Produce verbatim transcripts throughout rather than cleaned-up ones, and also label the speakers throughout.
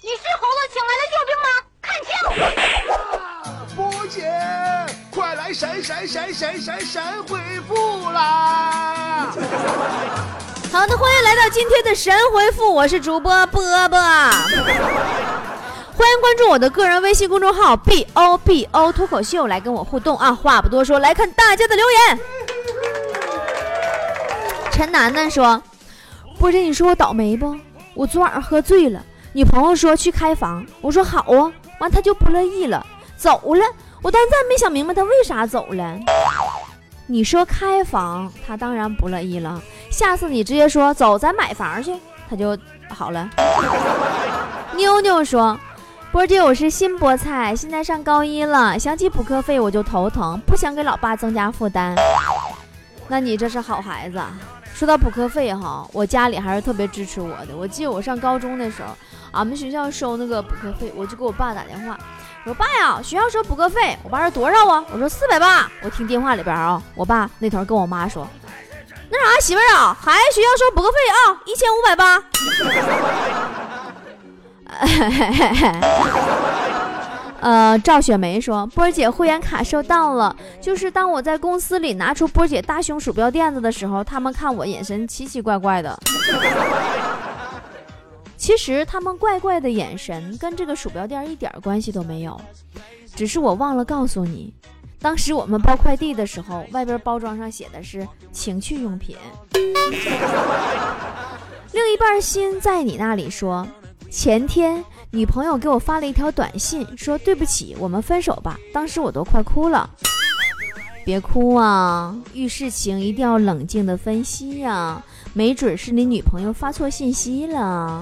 Speaker 1: 你是猴子请来的救兵吗？看清！
Speaker 2: 波姐，快来神神神神神神回复啦！
Speaker 3: 好的，欢迎来到今天的神回复，我是主播波波。欢迎关注我的个人微信公众号 B O B O 脱口秀，来跟我互动啊！话不多说，来看大家的留言。陈楠楠说：波姐，你说我倒霉不？我昨晚上喝醉了，女朋友说去开房，我说好啊，完他就不乐意了，走了。我到现在没想明白他为啥走了。你说开房，他当然不乐意了。下次你直接说走，咱买房去，他就好了。妞妞说：波姐，我是新菠菜，现在上高一了，想起补课费我就头疼，不想给老爸增加负担。那你这是好孩子。说到补课费哈，我家里还是特别支持我的。我记得我上高中的时候，俺们学校收那个补课费，我就给我爸打电话，我说爸呀，学校收补课费。我爸说多少啊？我说四百八。我听电话里边啊，我爸那头跟我妈说，那啥媳妇儿啊，孩子学校收补课费啊，一千五百八。呃，赵雪梅说：波姐，会员卡收到了，就是当我在公司里拿出波姐大熊鼠标垫子的时候，他们看我眼神奇奇怪怪的。其实他们怪怪的眼神跟这个鼠标垫一点关系都没有，只是我忘了告诉你，当时我们包快递的时候，外边包装上写的是情趣用品。另一半心在你那里说，前天女朋友给我发了一条短信，说对不起，我们分手吧。当时我都快哭了。别哭啊，遇事情一定要冷静的分析呀、啊，没准是你女朋友发错信息了。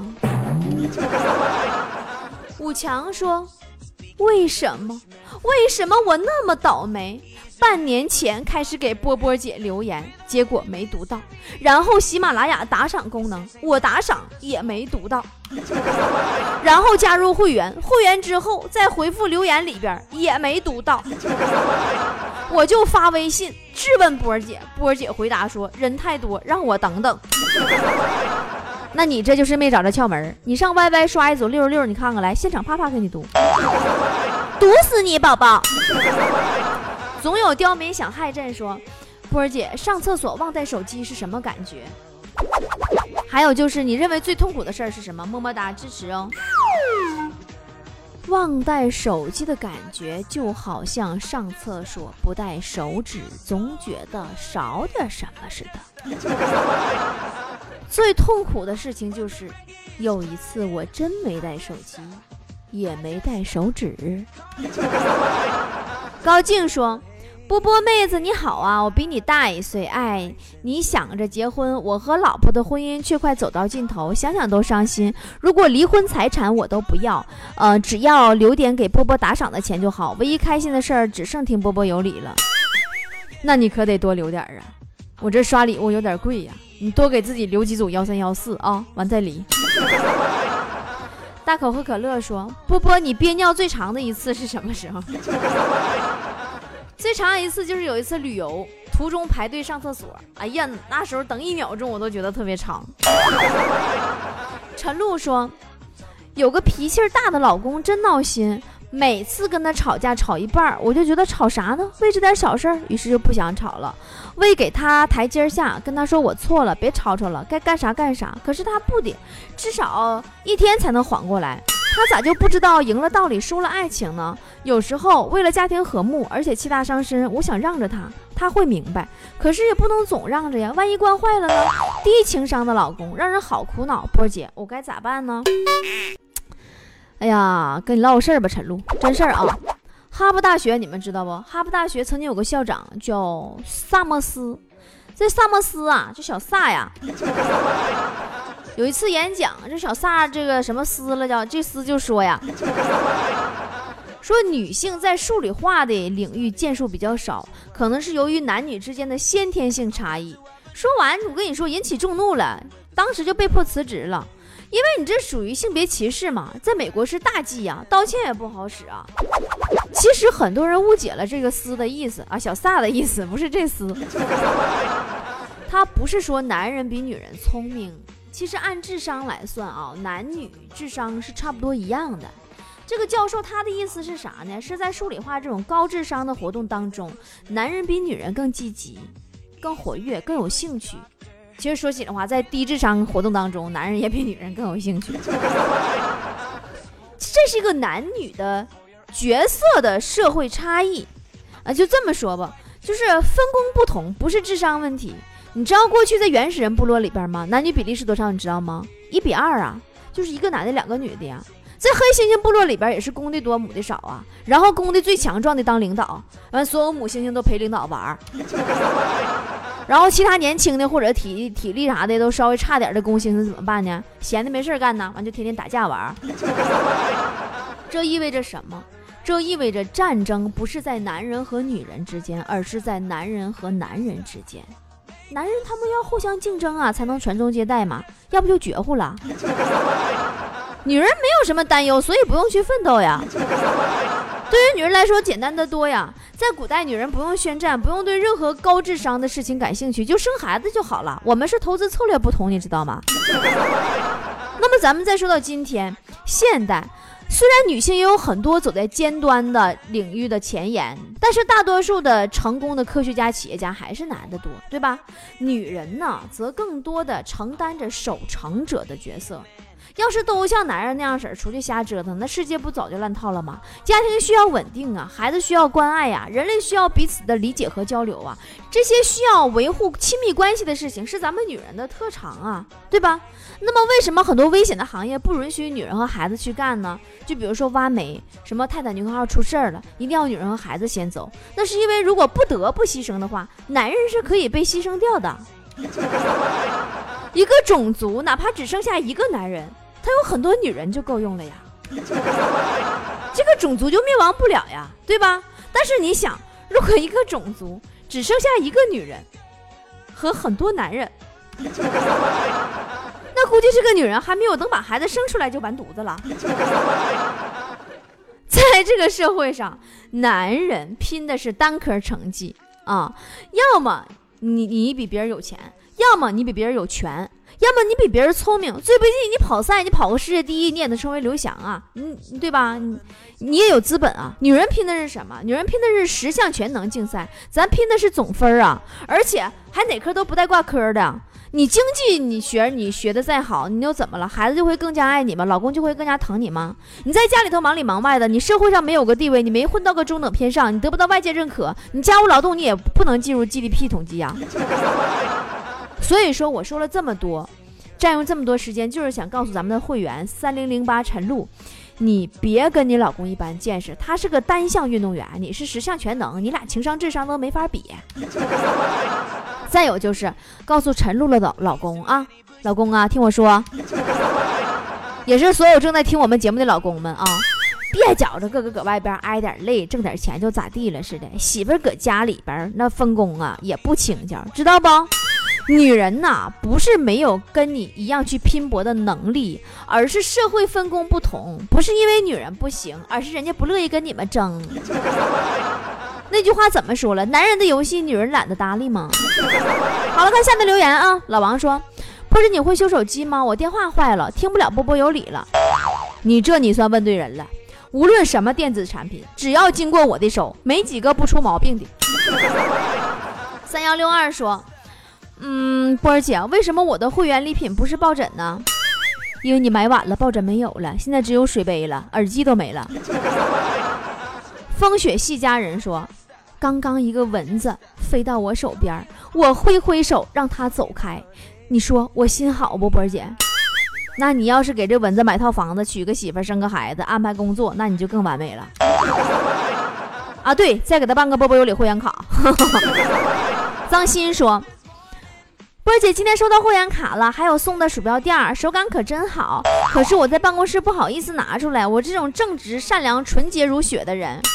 Speaker 3: 武强说：为什么为什么我那么倒霉？半年前开始给波波姐留言，结果没读到，然后喜马拉雅打赏功能我打赏也没读到，然后加入会员，会员之后再回复留言里边也没读到，我就发微信质问波姐，波姐回答说人太多让我等等。那你这就是没找着窍门，你上 Y Y 刷一组六十六，你看看来，现场啪啪给你读，毒死你宝宝。总有刁民想害朕说，波儿姐，上厕所忘带手机是什么感觉？还有就是你认为最痛苦的事儿是什么？么么哒，支持哦。忘带手机的感觉就好像上厕所不带手指，总觉得少点什么似的。最痛苦的事情就是有一次我真没带手机，也没带手指。高静说，波波妹子你好啊，我比你大一岁，哎，你想着结婚，我和老婆的婚姻却快走到尽头，想想都伤心。如果离婚财产我都不要，呃，只要留点给波波打赏的钱就好。唯一开心的事儿只剩听波波有理了。那你可得多留点啊，我这刷礼物有点贵呀、啊，你多给自己留几组幺三幺四啊，完再离。大口喝可乐说，波波你憋尿最长的一次是什么时候？最长一次就是有一次旅游途中排队上厕所，哎呀，那时候等一秒钟我都觉得特别长。陈露说，有个脾气大的老公真闹心，每次跟他吵架吵一半，我就觉得吵啥呢，为这点小事儿，于是就不想吵了，为给他台阶下，跟他说我错了，别吵吵了，该干啥干啥。可是他不的，至少一天才能缓过来。他咋就不知道赢了道理输了爱情呢？有时候为了家庭和睦，而且气大伤身，我想让着他，他会明白，可是也不能总让着呀，万一惯坏了呢？低情商的老公让人好苦恼，波姐我该咋办呢？哎呀，跟你唠个事儿吧，陈露，真事儿啊。哈佛大学你们知道不？哈佛大学曾经有个校长叫萨默斯，这萨默斯啊，这小萨呀，有一次演讲，这小萨这个什么斯了叫这斯就说呀，说女性在数理化的领域建树比较少，可能是由于男女之间的先天性差异。说完，我跟你说引起众怒了，当时就被迫辞职了。因为你这属于性别歧视嘛，在美国是大忌啊，道歉也不好使啊。其实很多人误解了这个斯的意思啊，小萨的意思不是这斯，他不是说男人比女人聪明其实按智商来算啊，男女智商是差不多一样的。这个教授他的意思是啥呢？是在数理化这种高智商的活动当中，男人比女人更积极、更活跃、更有兴趣。其实说起来的话，在低智商活动当中，男人也比女人更有兴趣。这是一个男女的角色的社会差异啊，就这么说吧，就是分工不同，不是智商问题。你知道过去在原始人部落里边吗？男女比例是多少？你知道吗？一比二啊，就是一个男的两个女的呀。在黑猩猩部落里边也是公的多母的少啊，然后公的最强壮的当领导，完所有母猩猩都陪领导玩，然后其他年轻的或者体体力啥的都稍微差点的公猩猩怎么办呢？闲的没事干呢，完就天天打架玩。这意味着什么？这意味着战争不是在男人和女人之间，而是在男人和男人之间。男人他们要互相竞争啊，才能传宗接代嘛，要不就绝户了。女人没有什么担忧，所以不用去奋斗呀。对于女人来说简单的多呀，在古代女人不用宣战，不用对任何高智商的事情感兴趣，就生孩子就好了。我们是投资策略不同，你知道吗？那么咱们再说到今天现代，虽然女性也有很多走在尖端的领域的前沿，但是大多数的成功的科学家企业家还是男的多，对吧？女人呢则更多的承担着守成者的角色。要是都像男人那样式儿出去瞎折腾，那世界不早就烂套了吗？家庭需要稳定啊，孩子需要关爱呀、啊，人类需要彼此的理解和交流啊，这些需要维护亲密关系的事情是咱们女人的特长啊，对吧？那么为什么很多危险的行业不允许女人和孩子去干呢？就比如说挖煤，什么泰坦尼克号出事儿了，一定要女人和孩子先走，那是因为如果不得不牺牲的话，男人是可以被牺牲掉的。一个种族哪怕只剩下一个男人，他有很多女人就够用了呀，这个种族就灭亡不了呀，对吧？但是你想，如果一个种族只剩下一个女人和很多男人，那估计这个女人还没有等把孩子生出来就完犊子了。在这个社会上，男人拼的是单科成绩啊，要么你你比别人有钱，要么你比别人有权，要么你比别人聪明，最不济你跑赛，你跑个世界第一，你也能成为刘翔啊，嗯，对吧？你你也有资本啊。女人拼的是什么？女人拼的是十项全能竞赛，咱拼的是总分啊，而且还哪科都不带挂科的。你经济你学你学的再好，你又怎么了？孩子就会更加爱你吗？老公就会更加疼你吗？你在家里头忙里忙外的，你社会上没有个地位，你没混到个中等偏上，你得不到外界认可，你家务劳动你也不能进入 G D P 统计啊。所以说我说了这么多，占用这么多时间，就是想告诉咱们的会员三零零八陈露，你别跟你老公一般见识，他是个单项运动员，你是十项全能，你俩情商智商都没法比。再有就是告诉陈露的老老公啊，老公啊，听我说，也是所有正在听我们节目的老公们啊，别觉着个个搁外边挨点累挣点钱就咋地了似的，媳妇搁家里边那分工啊也不轻巧，知道不？女人呐，不是没有跟你一样去拼搏的能力，而是社会分工不同，不是因为女人不行，而是人家不乐意跟你们争。那句话怎么说了？男人的游戏，女人懒得搭理吗？好了，看下面留言啊。老王说：“不是你会修手机吗？我电话坏了，听不了波波有理了。”你这你算问对人了。无论什么电子产品，只要经过我的手，没几个不出毛病的。三幺六二说。嗯，波儿姐，为什么我的会员礼品不是抱枕呢？因为你买晚了，抱枕没有了，现在只有水杯了，耳机都没了。风雪系家人说，刚刚一个蚊子飞到我手边，我挥挥手让它走开，你说我心好不，波儿姐？那你要是给这蚊子买套房子，娶个媳妇，生个孩子，安排工作，那你就更完美了。啊，对，再给他办个波波有理会员卡。张鑫说，波儿姐今天收到会员卡了，还有送的鼠标垫，手感可真好。可是我在办公室不好意思拿出来，我这种正直、善良、纯洁如雪的人，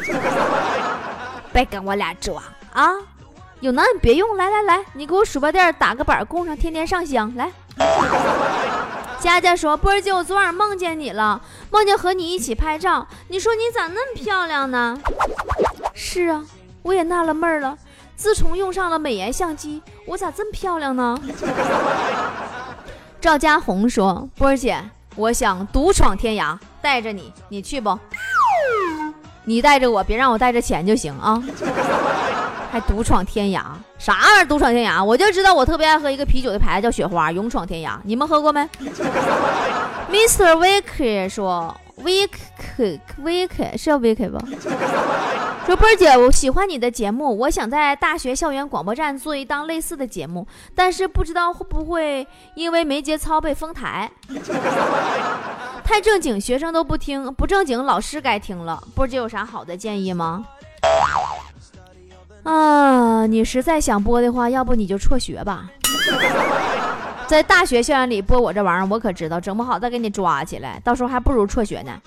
Speaker 3: 别跟我俩装啊！有能你别用，来来来，你给我鼠标垫打个板供上，天天上香来。佳佳说，波儿姐，我昨晚梦见你了，梦见和你一起拍照，你说你咋那么漂亮呢？是啊，我也纳了闷了。自从用上了美颜相机，我咋这么漂亮呢？ 赵家红说，波儿姐，我想独闯天涯，带着你，你去不？你带着我，别让我带着钱就行啊。还独闯天涯，啥玩意儿独闯天涯？我就知道我特别爱喝一个啤酒的牌子叫雪花，勇闯天涯，你们喝过没？Mister Wick 说 Wick Wick 是要 Wick 吧？说波儿姐，我喜欢你的节目，我想在大学校园广播站做一档类似的节目，但是不知道会不会因为没节操被封台。太正经学生都不听，不正经老师该听了。波儿姐有啥好的建议吗？啊，你实在想播的话，要不你就辍学吧。在大学校园里播我这玩意儿，我可知道，整不好再给你抓起来，到时候还不如辍学呢。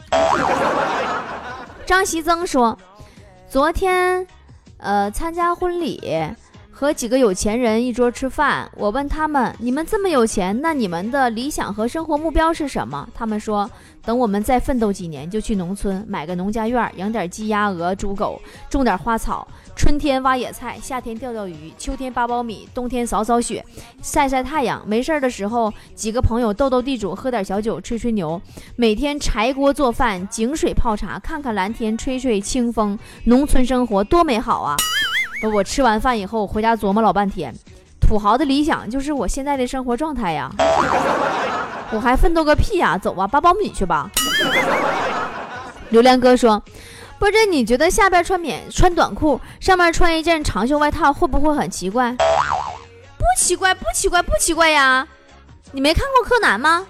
Speaker 3: 张习增说，昨天呃参加婚礼，和几个有钱人一桌吃饭，我问他们，你们这么有钱，那你们的理想和生活目标是什么？他们说，等我们再奋斗几年，就去农村买个农家院，养点鸡鸭鹅猪狗，种点花草，春天挖野菜，夏天钓钓鱼，秋天扒苞米，冬天扫扫雪，晒晒太阳。没事的时候，几个朋友斗斗地主，喝点小酒，吹吹牛。每天柴锅做饭，井水泡茶，看看蓝天，吹吹清风。农村生活多美好啊！我吃完饭以后回家琢磨老半天，土豪的理想就是我现在的生活状态呀。我还奋斗个屁呀！走吧，扒苞米去吧。榴莲哥说，不是，你觉得下边穿棉穿短裤，上面穿一件长袖外套，会不会很奇怪？不奇怪，不奇怪，不奇怪呀！你没看过柯南吗？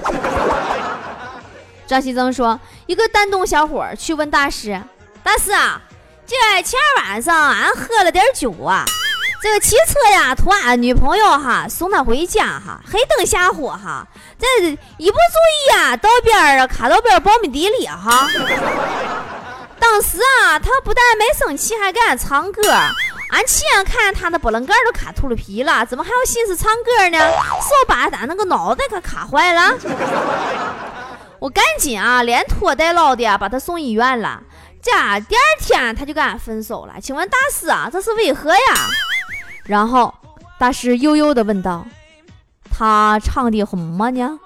Speaker 3: 张西增说，一个丹东小伙去问大师，大师啊，这前晚上俺喝了点酒啊，这个骑车呀图俺女朋友哈送她回家哈，黑灯瞎火哈，这一不注意啊，道边啊卡到边苞米地里哈。当时啊，他不但没生气，还给俺唱歌。俺亲眼看他的波棱盖都卡秃噜皮了，怎么还有心思唱歌呢？手把咱那个脑袋可卡坏了。我赶紧啊，连拖带捞的把他送医院了。这第二天他就跟俺分手了。请问大师啊，这是为何呀？然后大师悠悠地问道：“他唱的红吗呢？”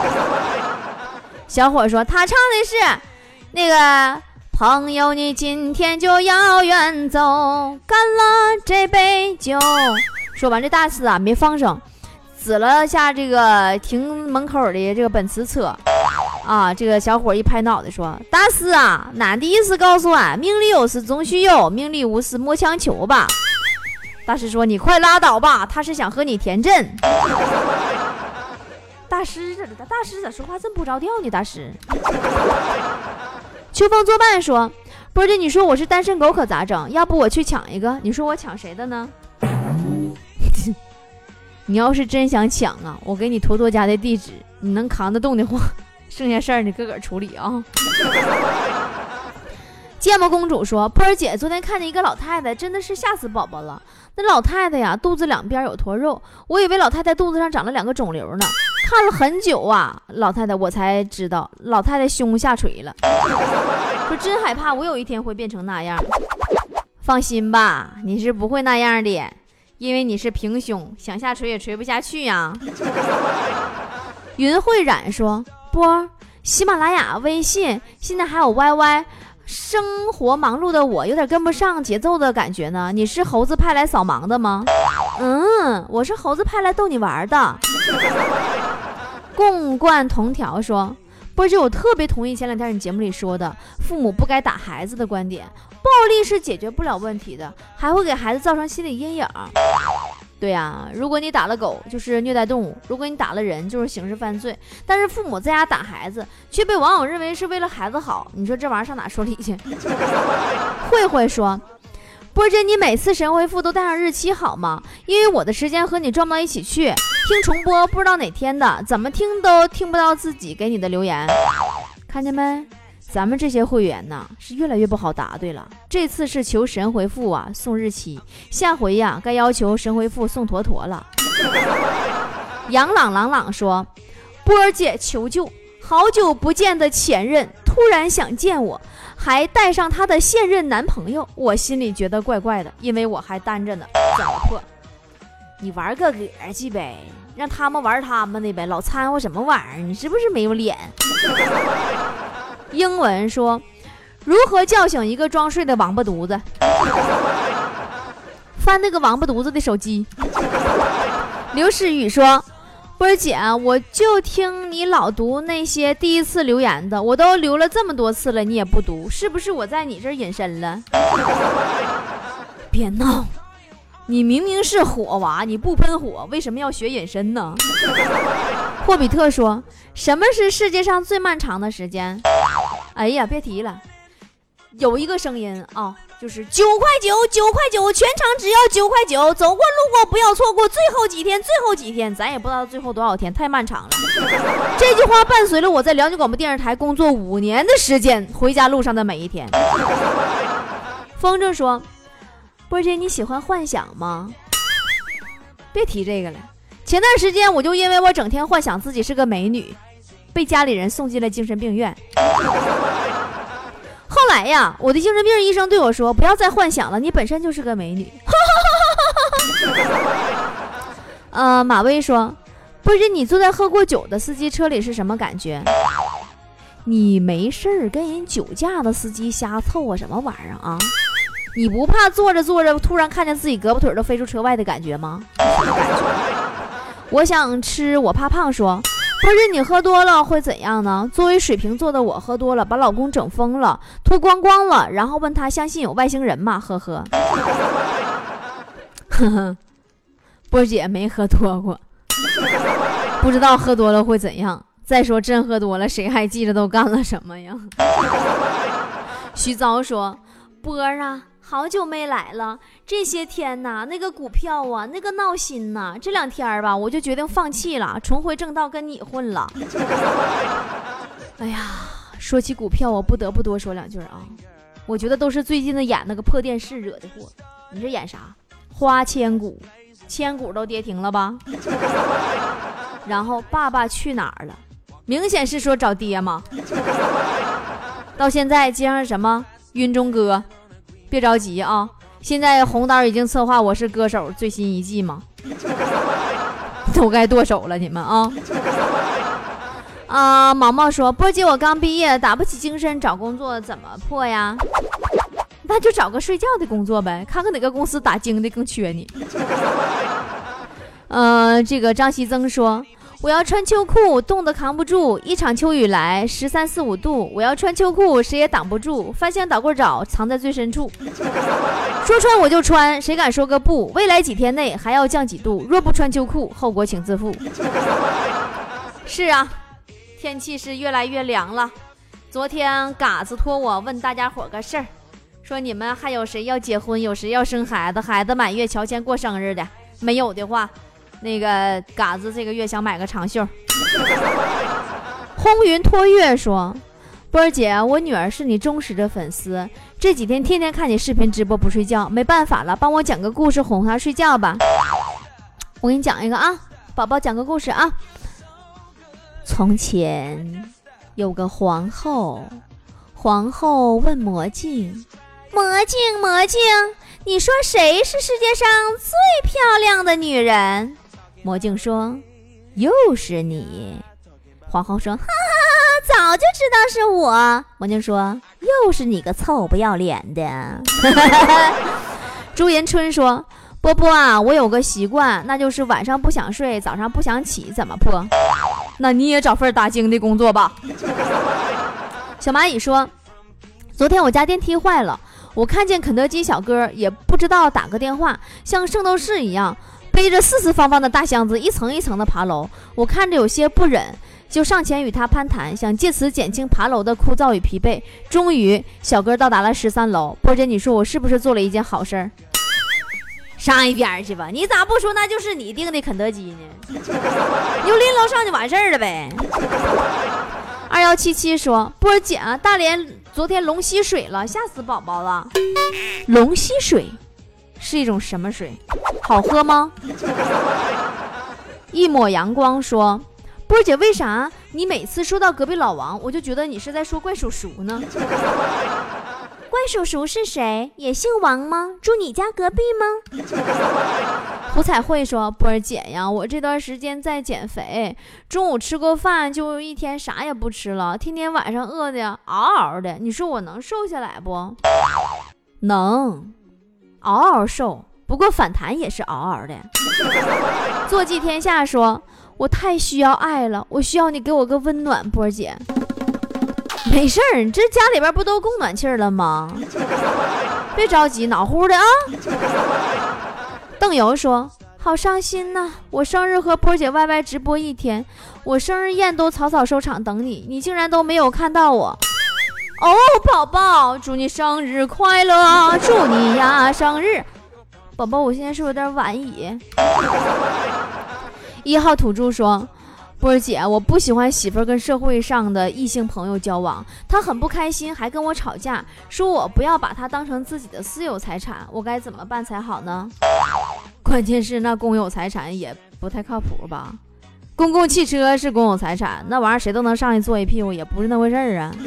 Speaker 3: 小伙说：“他唱的是那个。”朋友，你今天就要远走，干了这杯酒。说完，这大师啊没放声，指了下这个停门口的这个奔驰车。啊，这个小伙一拍脑袋说：“大师啊，俺的意思告诉俺，命里有时终须有，命里无时莫强求吧。”大师说：“你快拉倒吧，他是想和你填阵。”大师这大师咋说话这么不着调呢？大师。秋风作伴说，波姐，你说我是单身狗可咋整？要不我去抢一个？你说我抢谁的呢？你要是真想抢啊，我给你坨坨家的地址，你能扛得动的话，剩下事儿你自个儿处理啊。芥末公主说，波儿姐昨天看见一个老太太，真的是吓死宝宝了。那老太太呀，肚子两边有坨肉，我以为老太太肚子上长了两个肿瘤呢。看了很久啊，老太太我才知道，老太太胸下垂了。说真害怕我有一天会变成那样。放心吧，你是不会那样的，因为你是平胸，想下垂也垂不下去呀。云慧冉说，波，喜马拉雅、微信现在还有 Y Y， 生活忙碌的我有点跟不上节奏的感觉呢。你是猴子派来扫盲的吗？嗯，我是猴子派来逗你玩的。共贯同条说，波姐，我特别同意前两天你节目里说的父母不该打孩子的观点，暴力是解决不了问题的，还会给孩子造成心理阴影。对呀、啊，如果你打了狗就是虐待动物，如果你打了人就是刑事犯罪，但是父母在家打孩子却被网友认为是为了孩子好，你说这玩意儿上哪说理去？慧慧说，波姐，你每次神回复都带上日期好吗？因为我的时间和你撞不到一起去，听重播不知道哪天的，怎么听都听不到自己给你的留言。看见没？咱们这些会员呢是越来越不好答对了。这次是求神回复啊送日期，下回呀、啊、该要求神回复送坨坨了。杨朗朗朗说，波儿姐求救，好久不见的前任突然想见我，还带上他的现任男朋友，我心里觉得怪怪的，因为我还单着呢，怎么破？你玩个恶去呗， 让他们玩他们的呗，老掺和什么玩意儿？你是不是没有脸？英文说如何叫醒一个装睡的王八犊子？翻那个王八犊子的手机。刘诗雨说波儿姐，我就听你老读那些第一次留言的，我都留了这么多次了，你也不读，是不是我在你这儿隐身了？别闹，你明明是火娃，你不喷火，为什么要学隐身呢？霍比特说什么是世界上最漫长的时间？哎呀，别提了，有一个声音啊、哦，就是九块九，九块九，全场只要九块九，走过路过不要错过最后几天，最后几天，咱也不知道最后多少天，太漫长了。这句话伴随了我在辽宁广播电视台工作五年的时间，回家路上的每一天。风筝说波姐，你喜欢幻想吗？别提这个了，前段时间我就因为我整天幻想自己是个美女，被家里人送进了精神病院。后来呀，我的精神病医生对我说，不要再幻想了，你本身就是个美女。呃，马威说不是，你坐在喝过酒的司机车里是什么感觉？你没事跟人酒驾的司机瞎凑合什么玩意儿啊？你不怕坐着坐着突然看见自己胳膊腿都飞出车外的感觉吗？我想吃我怕胖说不是，你喝多了会怎样呢？作为水瓶座的我喝多了把老公整疯了，脱光光了，然后问他相信有外星人吗？呵呵。呵呵，波姐没喝多过，不知道喝多了会怎样。再说真喝多了谁还记得都干了什么呀？徐钊说波儿啊，好久没来了，这些天呐，那个股票啊，那个闹心呐，这两天吧，我就决定放弃了，重回正道，跟你混了。哎呀，说起股票，我不得不多说两句啊。我觉得都是最近的演那个破电视惹的祸。你这演啥？花千骨，千骨都跌停了吧？然后爸爸去哪儿了？明显是说找爹嘛。到现在接上什么晕中哥？别着急啊，现在红导已经策划《我是歌手》最新一季嘛，都该剁手了你们啊！啊，毛毛说波姐，我刚毕业，打不起精神找工作，怎么破呀？那就找个睡觉的工作呗，看看哪个公司打精的更缺你。呃，这个张希增说我要穿秋裤，冻得扛不住，一场秋雨来，十三四五度，我要穿秋裤，谁也挡不住，翻箱倒柜找，藏在最深处。说穿我就穿，谁敢说个不？未来几天内还要降几度，若不穿秋裤，后果请自负。是啊，天气是越来越凉了。昨天嘎子托我问大家伙个事儿，说你们还有谁要结婚，有谁要生孩子，孩子满月乔迁过生日的？没有的话，那个嘎子这个月想买个长袖。轰云托月说波儿姐，我女儿是你忠实的粉丝，这几天天天看你视频直播不睡觉，没办法了，帮我讲个故事哄她睡觉吧。我给你讲一个啊，宝宝讲个故事啊。从前有个皇后，皇后问魔镜，魔镜魔镜，你说谁是世界上最漂亮的女人？魔镜说又是你。皇后说哈哈哈，早就知道是我。魔镜说又是你个臭不要脸的。朱延春说波波啊，我有个习惯，那就是晚上不想睡，早上不想起，怎么破？那你也找份打更的工作吧。小蚂蚁说昨天我家电梯坏了，我看见肯德基小哥也不知道打个电话，像圣斗士一样背着四四方方的大箱子一层一层的爬楼，我看着有些不忍，就上前与他攀谈，想借此减轻爬楼的枯燥与疲惫。终于小哥到达了十三楼，波姐你说我是不是做了一件好事儿？上一边去吧，你咋不说那就是你订的肯德基呢？你就拎楼上就完事儿了呗。二幺七七说波姐啊，大连昨天龙吸水了，吓死宝宝了。龙吸水是一种什么水？好喝吗？一抹阳光说波姐，为啥你每次说到隔壁老王我就觉得你是在说怪叔叔呢？怪叔叔是谁？也姓王吗？住你家隔壁吗？ 胡彩慧说，波儿姐呀，我这段时间在减肥，中午吃过饭就一天啥也不吃了，天天晚上饿的嗷嗷的，你说我能瘦下来不？能，嗷嗷瘦，不过反弹也是嗷嗷的。坐骑天下说，我太需要爱了，我需要你给我个温暖，波儿姐。没事儿，你这家里边不都供暖气了吗？别着急，脑乎的啊。邓游说，好伤心呐、啊！我生日和波姐 Y Y 直播一天，我生日宴都草草收场等你，你竟然都没有看到我。哦，宝宝，祝你生日快乐，祝你呀生日。宝宝，我现在是有点晚矣。一号土著说，波儿姐，我不喜欢媳妇儿跟社会上的异性朋友交往，她很不开心，还跟我吵架，说我不要把她当成自己的私有财产，我该怎么办才好呢？关键是那公有财产也不太靠谱吧？公共汽车是公有财产，那玩意儿谁都能上去坐一屁股，也不是那回事儿啊。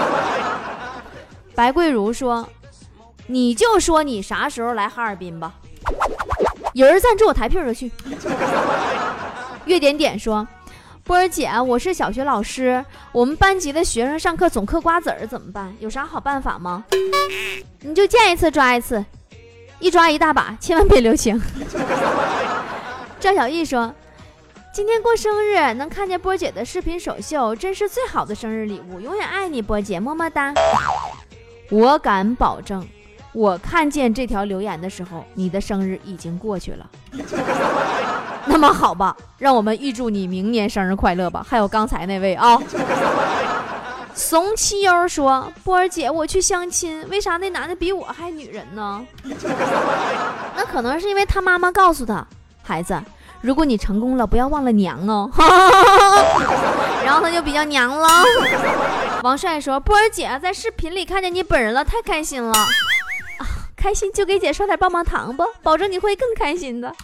Speaker 3: 白桂如说，你就说你啥时候来哈尔滨吧，有人赞助我抬票就去。月点点说，波儿姐，我是小学老师，我们班级的学生上课总嗑瓜子儿怎么办？有啥好办法吗？你就见一次抓一次，一抓一大把，千万别留情。赵小艺说，今天过生日，能看见波姐的视频首秀，真是最好的生日礼物，永远爱你，波姐，么么哒。我敢保证，我看见这条留言的时候，你的生日已经过去了。那么好吧，让我们预祝你明年生日快乐吧。还有刚才那位啊，怂七优说，波儿姐，我去相亲，为啥那男的比我还女人呢？那可能是因为他妈妈告诉他，孩子，如果你成功了，不要忘了娘哦。然后他就比较娘了。王帅说，波儿姐，在视频里看见你本人了，太开心了。啊，开心就给姐刷点棒棒糖吧，保证你会更开心的。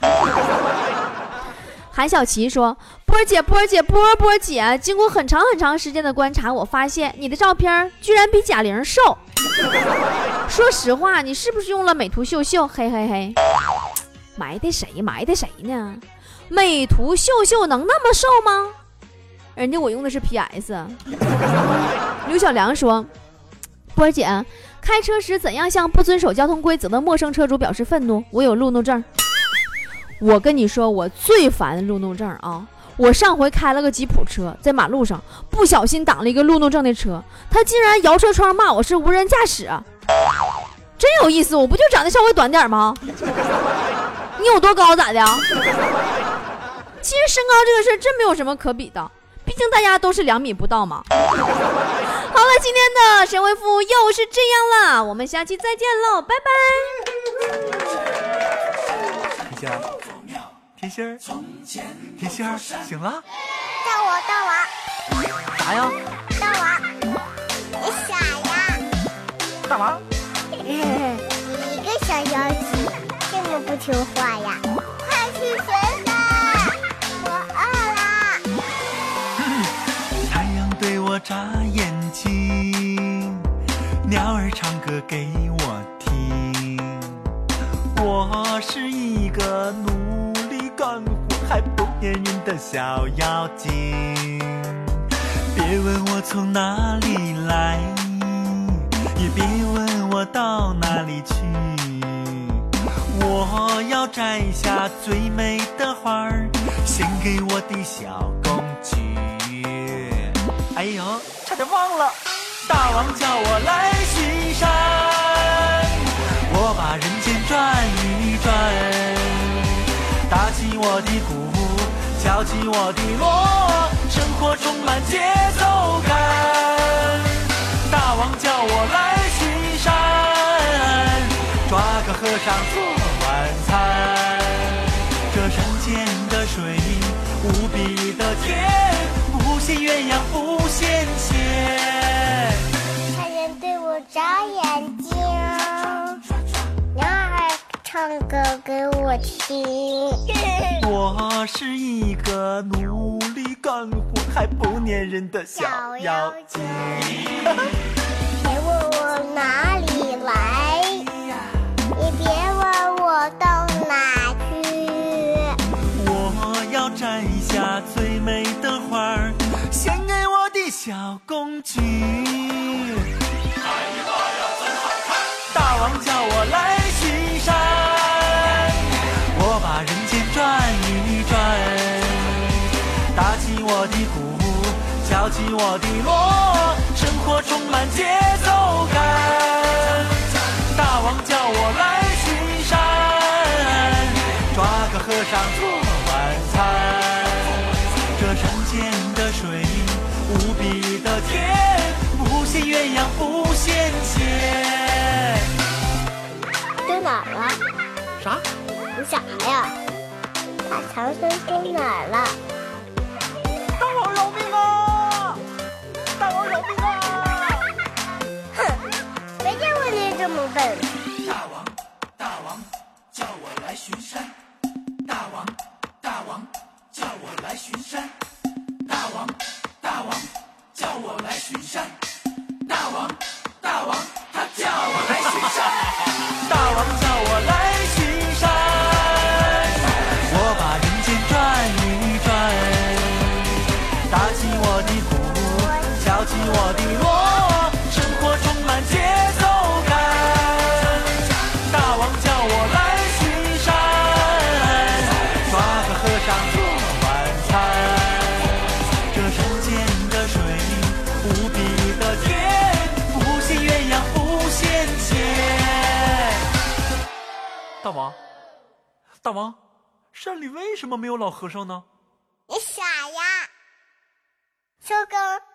Speaker 3: 韩小琪说，波儿姐，波儿姐，波儿波儿姐，经过很长很长时间的观察，我发现你的照片居然比贾玲瘦。说实话，你是不是用了美图秀秀？嘿嘿嘿，埋汰谁埋汰谁呢？美图秀秀能那么瘦吗？人家我用的是 P S。 刘小良说，波儿姐，开车时怎样向不遵守交通规则的陌生车主表示愤怒？我有路怒症。我跟你说，我最烦路怒症啊！我上回开了个吉普车，在马路上不小心挡了一个路怒症的车，他竟然摇车窗骂我是无人驾驶，真有意思！我不就长得稍微短点吗？你有多高咋的？其实身高这个事儿真没有什么可比的，毕竟大家都是两米不到嘛。好了，今天的神回复又是这样了，我们下期再见喽，拜拜。
Speaker 4: 甜心儿，甜心儿，醒了？
Speaker 1: 到我，到我，
Speaker 4: 啥呀？
Speaker 1: 到我，你傻呀？
Speaker 4: 干嘛？
Speaker 1: 你一个小妖精，这么不听话呀？快去睡吧，我饿了。
Speaker 4: 太阳对我眨眼睛，鸟儿唱歌给我听。我是一个努力干活还不粘人的小妖精，别问我从哪里来，也别问我到哪里去，我要摘下最美的花儿，献给我的小公举。哎呦，差点忘了，大王叫我来巡山，我把人间转一转，打起我的鼓，敲起我的锣，生活充满节奏感。大王叫我来巡山，抓个和尚做晚餐。这山间的水无比的甜，不羡鸳鸯不羡仙。
Speaker 1: 太阳对我眨眼睛，鸟儿唱歌给我听。
Speaker 4: 我是一个努力干活还不粘人的小妖精。
Speaker 1: 别问我哪里来，也别问我到哪去，
Speaker 4: 大王叫我来巡山，我把人间转一转，打起我的鼓，敲起我的锣，生活充满节奏感。大王叫我来巡山，抓个和尚做晚餐。这山间的水无比的甜，不羡鸳鸯不羡仙。
Speaker 1: 丢哪儿了？
Speaker 4: 啥？
Speaker 1: 你傻呀？把唐僧丢哪儿了？
Speaker 4: 大王饶命啊！大王饶命啊！
Speaker 1: 哼，没见过你这么笨。
Speaker 4: 大王，大王，叫我来巡山。大王，大王，叫我来巡山。大王，大王，叫我来巡山。大王，大王，他叫我来巡山。大王叫我来巡山，我把人间转一转，打起我的鼓，敲起我的锣，生活充满节奏感。大王叫我来巡山，抓个和尚做晚餐。这山间的水无比的甜，不羡鸳鸯不羡仙。大王，大王，山里为什么没有老和尚呢？
Speaker 1: 你傻呀？收工。